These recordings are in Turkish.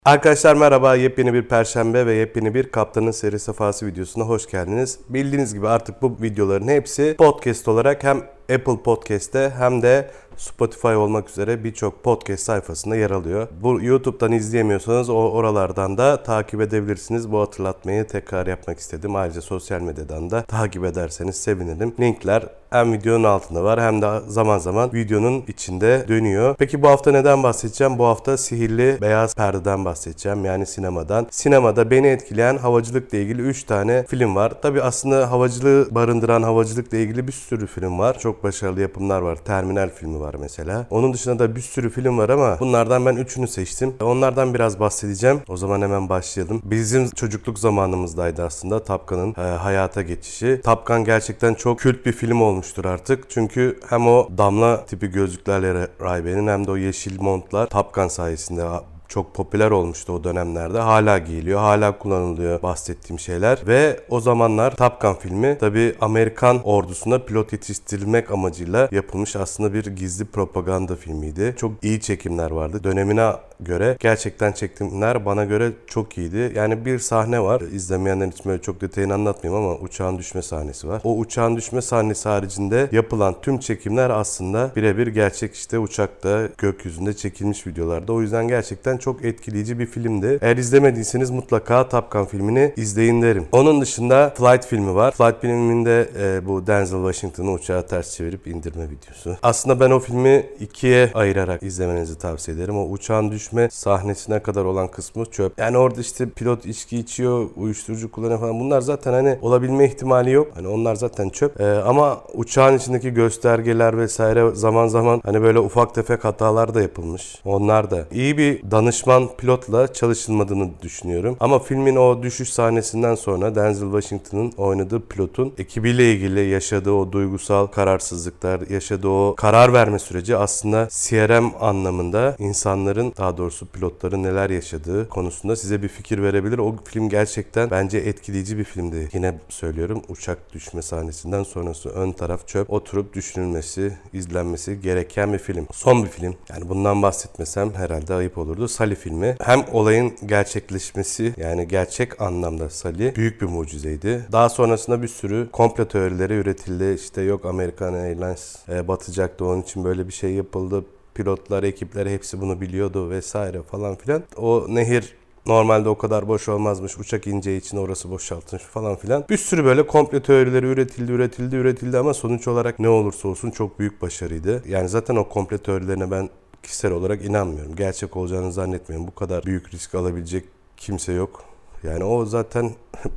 Arkadaşlar merhaba, yepyeni bir Perşembe ve yepyeni bir Kaptanın Seri Sefası videosuna hoş geldiniz. Bildiğiniz gibi artık bu videoların hepsi podcast olarak hem Apple Podcast'te hem de Spotify olmak üzere birçok podcast sayfasında yer alıyor. Bu YouTube'dan izleyemiyorsanız oralardan da takip edebilirsiniz. Bu hatırlatmayı tekrar yapmak istedim. Ayrıca sosyal medyadan da takip ederseniz sevinirim. Linkler hem videonun altında var hem de zaman zaman videonun içinde dönüyor. Peki bu hafta neden bahsedeceğim? Bu hafta Sihirli Beyaz Perde'den bahsedeceğim. Yani sinemadan. Sinemada beni etkileyen havacılıkla ilgili 3 tane film var. Tabii aslında havacılığı barındıran havacılıkla ilgili bir sürü film var. Çok başarılı yapımlar var. Terminal filmi var mesela. Onun dışında da bir sürü film var ama bunlardan ben 3'ünü seçtim. Onlardan biraz bahsedeceğim. O zaman hemen başlayalım. Bizim çocukluk zamanımızdaydı aslında Top Gun'ın hayata geçişi. Top Gun gerçekten çok kült bir film olmuştur artık. Çünkü hem o damla tipi gözlüklerle Ray-Ban'in hem de o yeşil montlar Top Gun sayesinde çok popüler olmuştu o dönemlerde. Hala giyiliyor, hala kullanılıyor bahsettiğim şeyler. Ve o zamanlar Top Gun filmi tabii Amerikan ordusuna pilot yetiştirilmek amacıyla yapılmış aslında bir gizli propaganda filmiydi. Çok iyi çekimler vardı. Dönemine göre gerçekten çekimler bana göre çok iyiydi. Yani bir sahne var. İzlemeyenler için böyle çok detayını anlatmayayım ama uçağın düşme sahnesi var. O uçağın düşme sahnesi haricinde yapılan tüm çekimler aslında birebir gerçek, işte uçakta, gökyüzünde çekilmiş videolarda. O yüzden gerçekten çok etkileyici bir filmdi. Eğer izlemediyseniz mutlaka Top Gun filmini izleyin derim. Onun dışında Flight filmi var. Flight filminde bu Denzel Washington'ı uçağı ters çevirip indirme videosu. Aslında ben o filmi ikiye ayırarak izlemenizi tavsiye ederim. O uçağın düşme sahnesine kadar olan kısmı çöp. Yani orada işte pilot içki içiyor, uyuşturucu kullanıyor falan. Bunlar zaten hani olabilme ihtimali yok. Hani onlar zaten çöp. Ama uçağın içindeki göstergeler vesaire zaman zaman hani böyle ufak tefek hatalar da yapılmış. Onlar da iyi bir danışman pilotla çalışılmadığını düşünüyorum. Ama filmin o düşüş sahnesinden sonra Denzel Washington'ın oynadığı pilotun ekibiyle ilgili yaşadığı o duygusal kararsızlıklar, yaşadığı o karar verme süreci aslında CRM anlamında insanların, daha doğrusu pilotların neler yaşadığı konusunda size bir fikir verebilir. O film gerçekten bence etkileyici bir filmdi. Yine söylüyorum, uçak düşme sahnesinden sonrası ön taraf çöp. Oturup düşünülmesi, izlenmesi gereken bir film. Son bir film. Yani bundan bahsetmesem herhalde ayıp olurdu. Sully filmi. Hem olayın gerçekleşmesi, yani gerçek anlamda Sully büyük bir mucizeydi. Daha sonrasında bir sürü komplo teorileri üretildi. İşte yok American Airlines batacaktı, onun için böyle bir şey yapıldı. Pilotlar, ekipler hepsi bunu biliyordu vesaire falan filan. O nehir normalde o kadar boş olmazmış. Uçak ineceği için orası boşaltılmış falan filan. Bir sürü böyle komplo teorileri üretildi ama sonuç olarak ne olursa olsun çok büyük başarıydı. Yani zaten o komplo teorilerine ben kişisel olarak inanmıyorum. Gerçek olacağını zannetmiyorum. Bu kadar büyük risk alabilecek kimse yok. Yani o zaten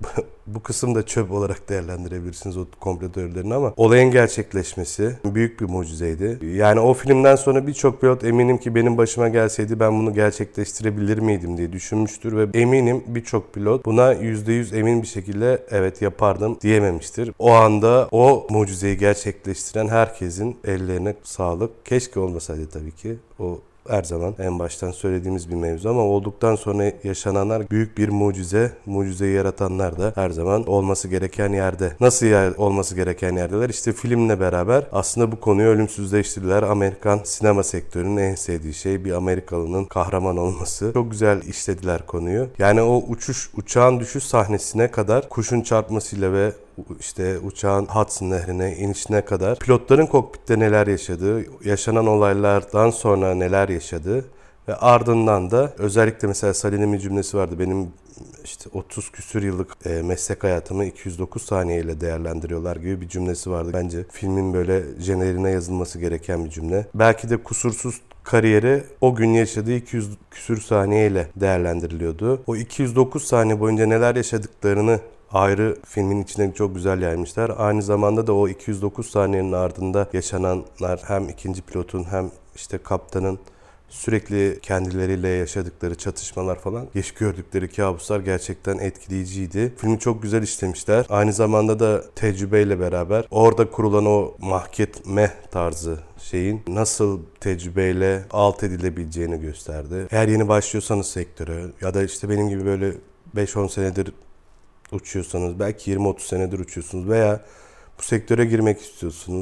bu kısımda çöp olarak değerlendirebilirsiniz o komplo teorilerini ama olayın gerçekleşmesi büyük bir mucizeydi. Yani o filmden sonra birçok pilot eminim ki benim başıma gelseydi ben bunu gerçekleştirebilir miydim diye düşünmüştür ve eminim birçok pilot buna %100 emin bir şekilde evet yapardım diyememiştir. O anda o mucizeyi gerçekleştiren herkesin ellerine sağlık. Keşke olmasaydı tabii ki. O her zaman en baştan söylediğimiz bir mevzu ama olduktan sonra yaşananlar büyük bir mucize. Mucizeyi yaratanlar da her zaman olması gereken yerde. Nasıl olması gereken yerdeler? İşte filmle beraber aslında bu konuyu ölümsüzleştirdiler. Amerikan sinema sektörünün en sevdiği şey bir Amerikalının kahraman olması. Çok güzel işlediler konuyu. Yani o uçağın düşüş sahnesine kadar kuşun çarpmasıyla ve işte uçağın Hudson Nehri'ne inişine kadar pilotların kokpitte neler yaşadığı, yaşanan olaylardan sonra neler yaşadığı ve ardından da özellikle mesela Salih'in bir cümlesi vardı. Benim işte 30 küsür yıllık meslek hayatımı 209 saniyeyle değerlendiriyorlar gibi bir cümlesi vardı. Bence filmin böyle jeneriğine yazılması gereken bir cümle. Belki de kusursuz kariyeri o gün yaşadığı 200 küsür saniyeyle değerlendiriliyordu. O 209 saniye boyunca neler yaşadıklarını ayrı filmin içine çok güzel yaymışlar. Aynı zamanda da o 209 saniyenin ardında yaşananlar hem ikinci pilotun hem işte kaptanın sürekli kendileriyle yaşadıkları çatışmalar falan, gördükleri kabuslar gerçekten etkileyiciydi. Filmi çok güzel işlemişler. Aynı zamanda da tecrübeyle beraber orada kurulan o mahkeme tarzı şeyin nasıl tecrübeyle alt edilebileceğini gösterdi. Eğer yeni başlıyorsanız sektöre ya da işte benim gibi böyle 5-10 senedir uçuyorsanız, belki 20-30 senedir uçuyorsunuz veya bu sektöre girmek istiyorsunuz.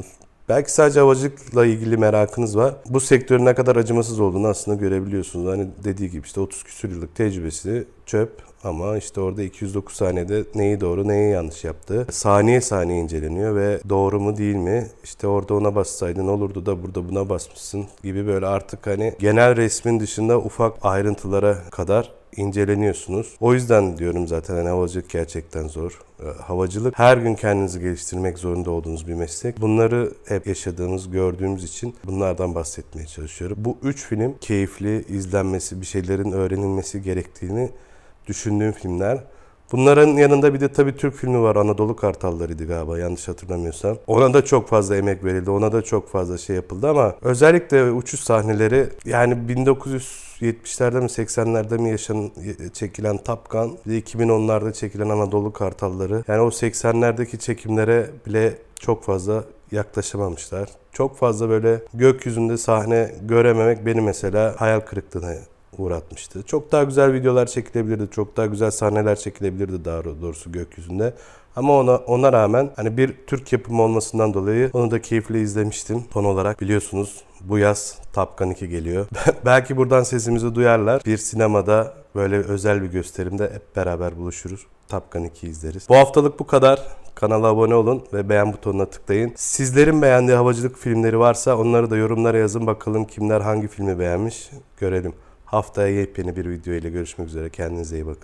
Belki sadece havacılıkla ilgili merakınız var. Bu sektörün ne kadar acımasız olduğunu aslında görebiliyorsunuz. Hani dediği gibi işte 30 küsur yıllık tecrübesi çöp ama işte orada 209 saniyede neyi doğru neyi yanlış yaptı. Saniye saniye inceleniyor ve doğru mu değil mi? İşte orada ona bassaydın olurdu da burada buna basmışsın gibi böyle artık hani genel resmin dışında ufak ayrıntılara kadar inceleniyorsunuz. O yüzden diyorum zaten hani havacılık gerçekten zor. Havacılık her gün kendinizi geliştirmek zorunda olduğunuz bir meslek. Bunları hep yaşadığımız, gördüğümüz için bunlardan bahsetmeye çalışıyorum. Bu 3 film keyifli, izlenmesi, bir şeylerin öğrenilmesi gerektiğini düşündüğüm filmler. Bunların yanında bir de tabii Türk filmi var. Anadolu Kartalları'ydı galiba yanlış hatırlamıyorsam. Ona da çok fazla emek verildi. Ona da çok fazla şey yapıldı ama özellikle uçuş sahneleri yani 1970'lerde mi 80'lerde mi çekilen Top Gun, bir de 2010'larda çekilen Anadolu Kartalları. Yani o 80'lerdeki çekimlere bile çok fazla yaklaşamamışlar. Çok fazla böyle gökyüzünde sahne görememek beni mesela hayal kırıklığına uğratmıştı. Çok daha güzel videolar çekilebilirdi. Çok daha güzel sahneler çekilebilirdi daha doğrusu gökyüzünde. Ama ona rağmen hani bir Türk yapımı olmasından dolayı onu da keyifle izlemiştim. Son olarak biliyorsunuz bu yaz Top Gun 2 geliyor. Belki buradan sesimizi duyarlar. Bir sinemada böyle özel bir gösterimde hep beraber buluşuruz. Top Gun 2 izleriz. Bu haftalık bu kadar. Kanala abone olun ve beğen butonuna tıklayın. Sizlerin beğendiği havacılık filmleri varsa onları da yorumlara yazın. Bakalım kimler hangi filmi beğenmiş görelim. Haftaya yepyeni bir video ile görüşmek üzere. Kendinize iyi bakın.